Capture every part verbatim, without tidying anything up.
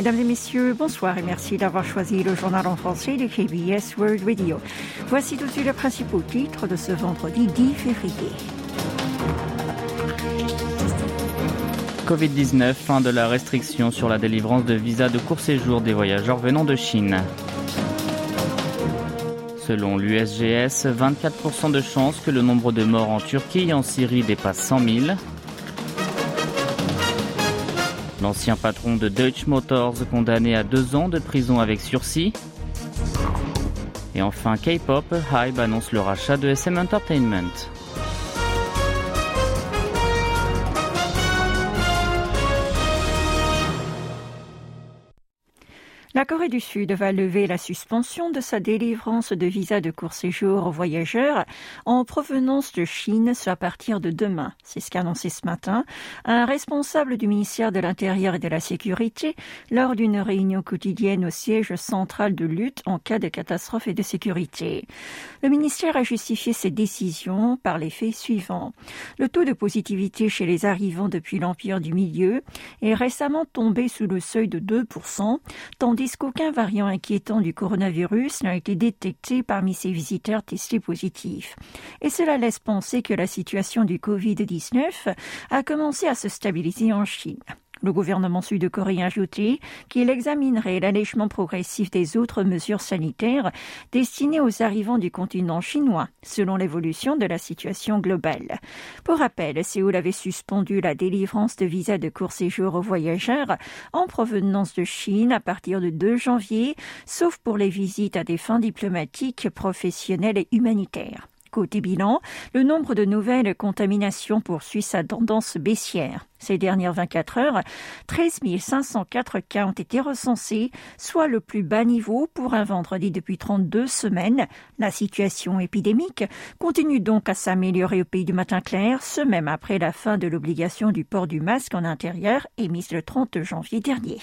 Mesdames et messieurs, bonsoir et merci d'avoir choisi le journal en français de K B S World Radio. Voici tout de suite les principaux titres de ce vendredi dix février. covid dix-neuf, fin de la restriction sur la délivrance de visas de court séjour des voyageurs venant de Chine. Selon l'U S G S, vingt-quatre pour cent de chances que le nombre de morts en Turquie et en Syrie dépasse cent mille. L'ancien patron de Deutsche Motors condamné à deux ans de prison avec sursis. Et enfin, K-pop, Hybe annonce le rachat de S M Entertainment. La Corée du Sud va lever la suspension de sa délivrance de visas de court séjour aux voyageurs en provenance de Chine à partir de demain. C'est ce qu'a annoncé ce matin un responsable du ministère de l'Intérieur et de la Sécurité lors d'une réunion quotidienne au siège central de lutte en cas de catastrophe et de sécurité. Le ministère a justifié cette décision par les faits suivants. Le taux de positivité chez les arrivants depuis l'Empire du Milieu est récemment tombé sous le seuil de deux pour cent, tandis qu'aucun variant inquiétant du coronavirus n'a été détecté parmi ces visiteurs testés positifs. Et cela laisse penser que la situation du covid dix-neuf a commencé à se stabiliser en Chine. Le gouvernement sud-coréen a ajouté qu'il examinerait l'allègement progressif des autres mesures sanitaires destinées aux arrivants du continent chinois, selon l'évolution de la situation globale. Pour rappel, Séoul avait suspendu la délivrance de visas de court séjour aux voyageurs en provenance de Chine à partir du deux janvier, sauf pour les visites à des fins diplomatiques, professionnelles et humanitaires. Côté bilan, le nombre de nouvelles contaminations poursuit sa tendance baissière. Ces dernières vingt-quatre heures, treize mille cinq cent quatre cas ont été recensés, soit le plus bas niveau pour un vendredi depuis trente-deux semaines. La situation épidémique continue donc à s'améliorer au pays du matin clair, ce même après la fin de l'obligation du port du masque en intérieur émise le trente janvier dernier.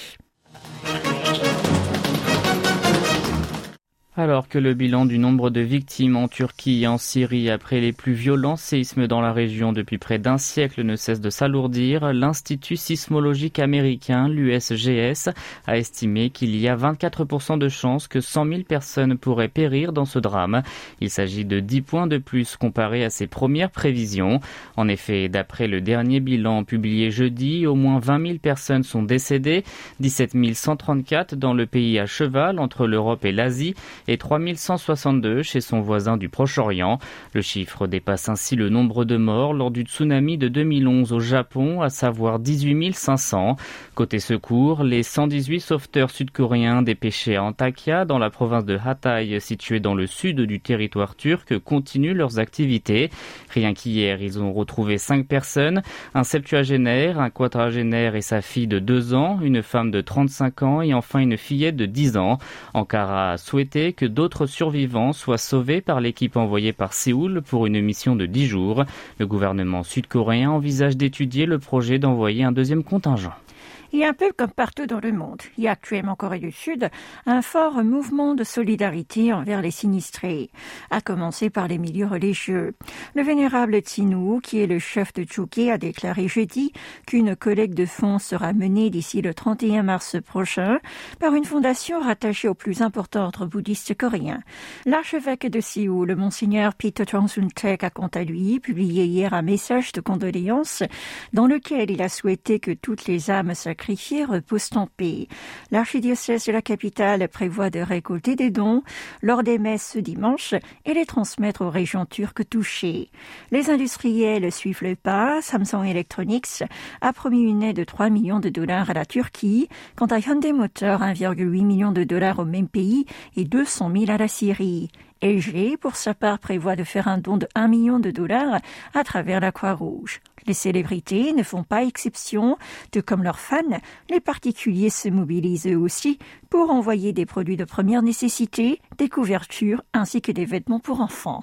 Alors que le bilan du nombre de victimes en Turquie et en Syrie après les plus violents séismes dans la région depuis près d'un siècle ne cesse de s'alourdir, l'Institut sismologique américain, l'U S G S, a estimé qu'il y a vingt-quatre pour cent de chances que cent mille personnes pourraient périr dans ce drame. Il s'agit de dix points de plus comparé à ses premières prévisions. En effet, d'après le dernier bilan publié jeudi, au moins vingt mille personnes sont décédées, dix-sept mille cent trente-quatre dans le pays à cheval entre l'Europe et l'Asie, et trois mille cent soixante-deux chez son voisin du Proche-Orient. Le chiffre dépasse ainsi le nombre de morts lors du tsunami de deux mille onze au Japon, à savoir dix-huit mille cinq cents. Côté secours, les cent dix-huit sauveteurs sud-coréens dépêchés à Antakya, dans la province de Hatay, située dans le sud du territoire turc, continuent leurs activités. Rien qu'hier, ils ont retrouvé cinq personnes, un septuagénaire, un quadragénaire et sa fille de deux ans, une femme de trente-cinq ans et enfin une fillette de dix ans. Ankara a souhaité que d'autres survivants soient sauvés par l'équipe envoyée par Séoul pour une mission de dix jours. Le gouvernement sud-coréen envisage d'étudier le projet d'envoyer un deuxième contingent. Et un peu comme partout dans le monde, il y a actuellement en Corée du Sud un fort mouvement de solidarité envers les sinistrés, à commencer par les milieux religieux. Le vénérable Tsinoo, qui est le chef de Chuké, a déclaré jeudi qu'une collecte de fonds sera menée d'ici le trente et un mars prochain par une fondation rattachée au plus important ordre bouddhiste coréen. L'archevêque de Séoul, Monseigneur Peter Chong-sun-taek, a quant à lui publié hier un message de condoléances dans lequel il a souhaité que toutes les âmes sacrifiées reposent en paix. L'archidiocèse de la capitale prévoit de récolter des dons lors des messes ce dimanche et les transmettre aux régions turques touchées. Les industriels suivent le pas. Samsung Electronics a promis une aide de trois millions de dollars à la Turquie, quant à Hyundai Motor, un virgule huit million de dollars au même pays et deux cent mille à la Syrie. L G, pour sa part, prévoit de faire un don de un million de dollars à travers la Croix-Rouge. Les célébrités ne font pas exception, tout comme leurs fans, les particuliers se mobilisent eux aussi pour envoyer des produits de première nécessité, des couvertures ainsi que des vêtements pour enfants.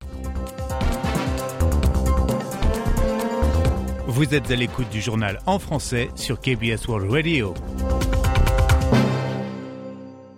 Vous êtes à l'écoute du journal en français sur K B S World Radio.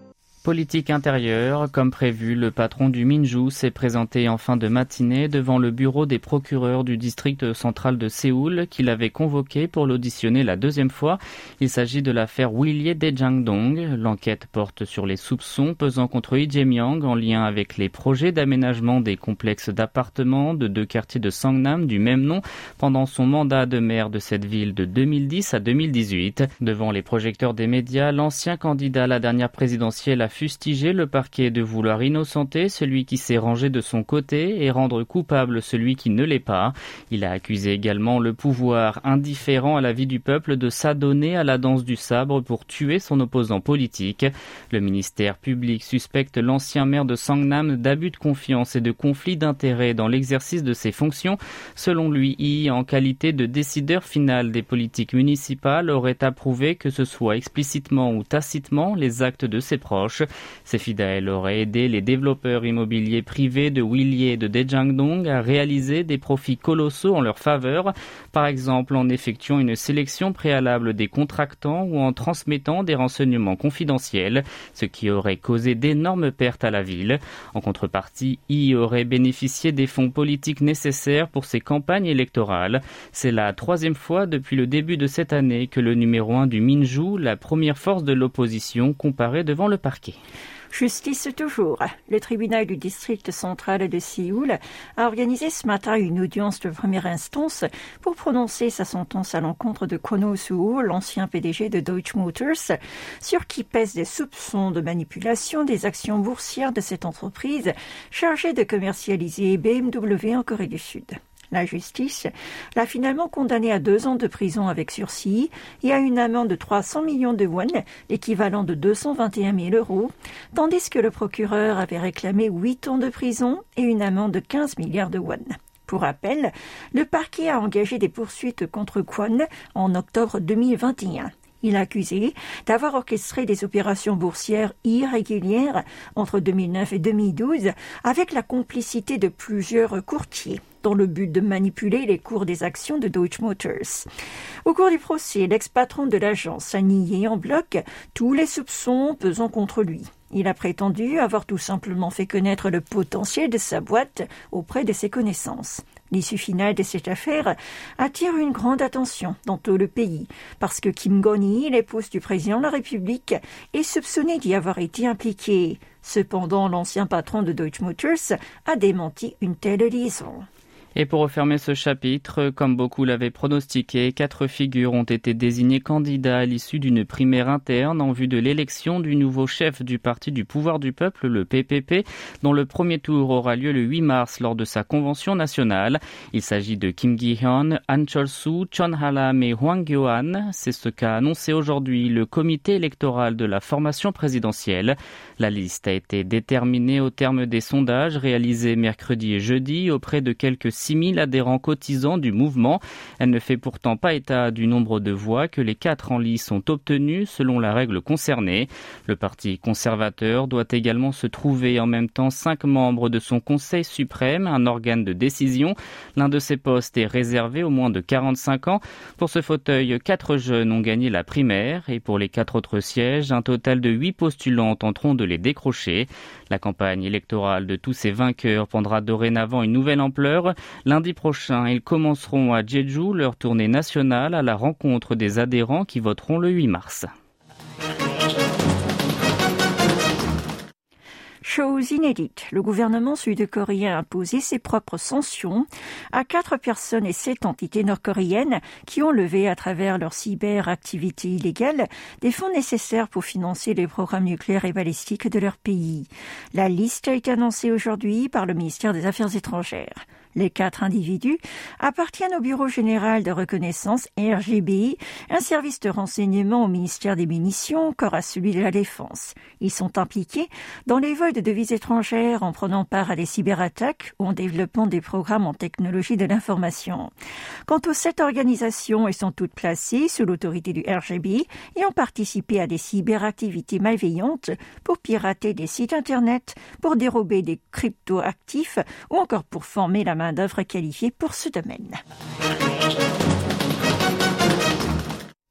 Politique intérieure, comme prévu, le patron du Minju s'est présenté en fin de matinée devant le bureau des procureurs du district central de Séoul qui l'avait convoqué pour l'auditionner la deuxième fois. Il s'agit de l'affaire Willie Dae-jang-dong. L'enquête porte sur les soupçons pesant contre Lee Jae-myung en lien avec les projets d'aménagement des complexes d'appartements de deux quartiers de Songnam du même nom pendant son mandat de maire de cette ville de deux mille dix à deux mille dix-huit. Devant les projecteurs des médias, l'ancien candidat à la dernière présidentielle a fustigé le parquet de vouloir innocenter celui qui s'est rangé de son côté et rendre coupable celui qui ne l'est pas. Il a accusé également le pouvoir indifférent à la vie du peuple de s'adonner à la danse du sabre pour tuer son opposant politique. Le ministère public suspecte l'ancien maire de Songnam d'abus de confiance et de conflit d'intérêts dans l'exercice de ses fonctions. Selon lui, I, en qualité de décideur final des politiques municipales, aurait approuvé que ce soit explicitement ou tacitement les actes de ses proches. Ces fidèles auraient aidé les développeurs immobiliers privés de Willie et de Dae-jang-dong à réaliser des profits colossaux en leur faveur, par exemple en effectuant une sélection préalable des contractants ou en transmettant des renseignements confidentiels, ce qui aurait causé d'énormes pertes à la ville. En contrepartie, I aurait bénéficié des fonds politiques nécessaires pour ses campagnes électorales. C'est la troisième fois depuis le début de cette année que le numéro un du Minju, la première force de l'opposition, comparaît devant le parquet. Justice toujours. Le tribunal du district central de Séoul a organisé ce matin une audience de première instance pour prononcer sa sentence à l'encontre de Kwon Oh-soo, l'ancien P D G de Deutsche Motors, sur qui pèsent des soupçons de manipulation des actions boursières de cette entreprise chargée de commercialiser B M W en Corée du Sud. La justice l'a finalement condamné à deux ans de prison avec sursis et à une amende de trois cents millions de won, l'équivalent de deux cent vingt et un mille euros, tandis que le procureur avait réclamé huit ans de prison et une amende de quinze milliards de won. Pour rappel, le parquet a engagé des poursuites contre Kwon en octobre deux mille vingt et un. Il est accusé d'avoir orchestré des opérations boursières irrégulières entre deux mille neuf et deux mille douze avec la complicité de plusieurs courtiers dans le but de manipuler les cours des actions de Deutsche Motors. Au cours du procès, l'ex-patron de l'agence a nié en bloc tous les soupçons pesant contre lui. Il a prétendu avoir tout simplement fait connaître le potentiel de sa boîte auprès de ses connaissances. L'issue finale de cette affaire attire une grande attention dans tout le pays, parce que Kim Gon-hee, l'épouse du président de la République, est soupçonnée d'y avoir été impliquée. Cependant, l'ancien patron de Deutsche Motors a démenti une telle liaison. Et pour refermer ce chapitre, comme beaucoup l'avaient pronostiqué, quatre figures ont été désignées candidats à l'issue d'une primaire interne en vue de l'élection du nouveau chef du parti du pouvoir du peuple, le P P P, dont le premier tour aura lieu le huit mars lors de sa convention nationale. Il s'agit de Kim Gi-hyun, Han Chol-soo, Chon Ha-lam et Hwang Kyo-han. C'est ce qu'a annoncé aujourd'hui le comité électoral de la formation présidentielle. La liste a été déterminée au terme des sondages réalisés mercredi et jeudi auprès de quelques six mille adhérents cotisants du mouvement. Elle ne fait pourtant pas état du nombre de voix que les quatre en lice ont obtenues selon la règle concernée. Le parti conservateur doit également se trouver en même temps cinq membres de son Conseil suprême, un organe de décision. L'un de ces postes est réservé aux moins de quarante-cinq ans. Pour ce fauteuil, quatre jeunes ont gagné la primaire et pour les quatre autres sièges, un total de huit postulants tenteront de les décrocher. La campagne électorale de tous ces vainqueurs prendra dorénavant une nouvelle ampleur. Lundi prochain, ils commenceront à Jeju leur tournée nationale à la rencontre des adhérents qui voteront le huit mars. Chose inédite, le gouvernement sud-coréen a imposé ses propres sanctions à quatre personnes et sept entités nord-coréennes qui ont levé à travers leur cyberactivité illégale des fonds nécessaires pour financer les programmes nucléaires et balistiques de leur pays. La liste a été annoncée aujourd'hui par le ministère des Affaires étrangères. Les quatre individus appartiennent au Bureau général de reconnaissance R G B, un service de renseignement au ministère des Munitions, encore à celui de la Défense. Ils sont impliqués dans les vols de devises étrangères en prenant part à des cyberattaques ou en développant des programmes en technologie de l'information. Quant aux sept organisations, elles sont toutes placées sous l'autorité du R G B et ont participé à des cyberactivités malveillantes pour pirater des sites Internet, pour dérober des crypto-actifs ou encore pour former la main d'œuvre qualifiée pour ce domaine.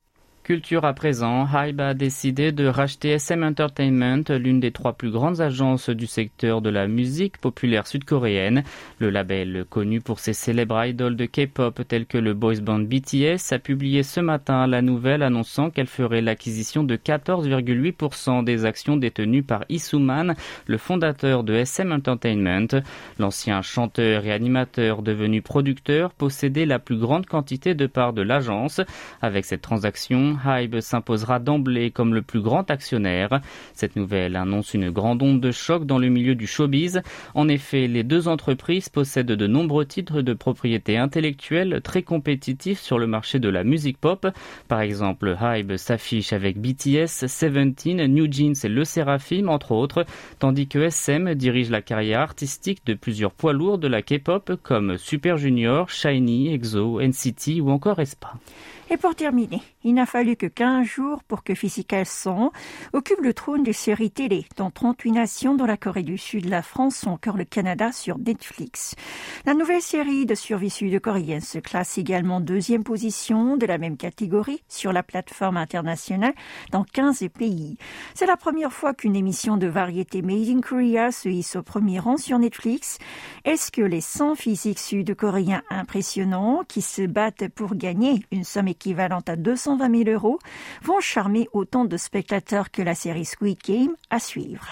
Culture à présent, Hybe a décidé de racheter S M Entertainment, l'une des trois plus grandes agences du secteur de la musique populaire sud-coréenne. Le label, connu pour ses célèbres idoles de K-pop tels que le boys band B T S, a publié ce matin la nouvelle annonçant qu'elle ferait l'acquisition de quatorze virgule huit pour cent des actions détenues par Lee Soo-man, le fondateur de S M Entertainment. L'ancien chanteur et animateur devenu producteur possédait la plus grande quantité de parts de l'agence. Avec cette transaction, Hybe s'imposera d'emblée comme le plus grand actionnaire. Cette nouvelle annonce une grande onde de choc dans le milieu du showbiz. En effet, les deux entreprises possèdent de nombreux titres de propriété intellectuelle très compétitifs sur le marché de la musique pop. Par exemple, Hybe s'affiche avec B T S, Seventeen, New Jeans et Le Seraphim, entre autres, tandis que S M dirige la carrière artistique de plusieurs poids lourds de la K-pop comme Super Junior, SHINee, EXO, N C T ou encore aespa. Et pour terminer, il n'a fallu que quinze jours pour que Physical cent occupe le trône des séries télé dans trente-huit nations, dont la Corée du Sud, la France ou encore le Canada sur Netflix. La nouvelle série de survie sud-coréenne se classe également deuxième position de la même catégorie sur la plateforme internationale dans quinze pays. C'est la première fois qu'une émission de variété Made in Korea se hisse au premier rang sur Netflix. Est-ce que les cent physiques sud-coréens impressionnants qui se battent pour gagner une somme équivalente à deux cent vingt mille euros vont charmer autant de spectateurs que la série Squid Game à suivre?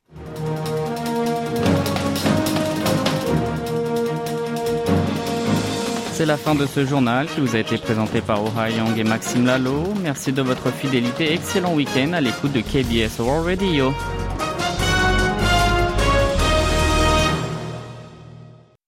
C'est la fin de ce journal qui vous a été présenté par Oh Ha-young et Maxime Lalo. Merci de votre fidélité. Excellent week-end à l'écoute de K B S World Radio.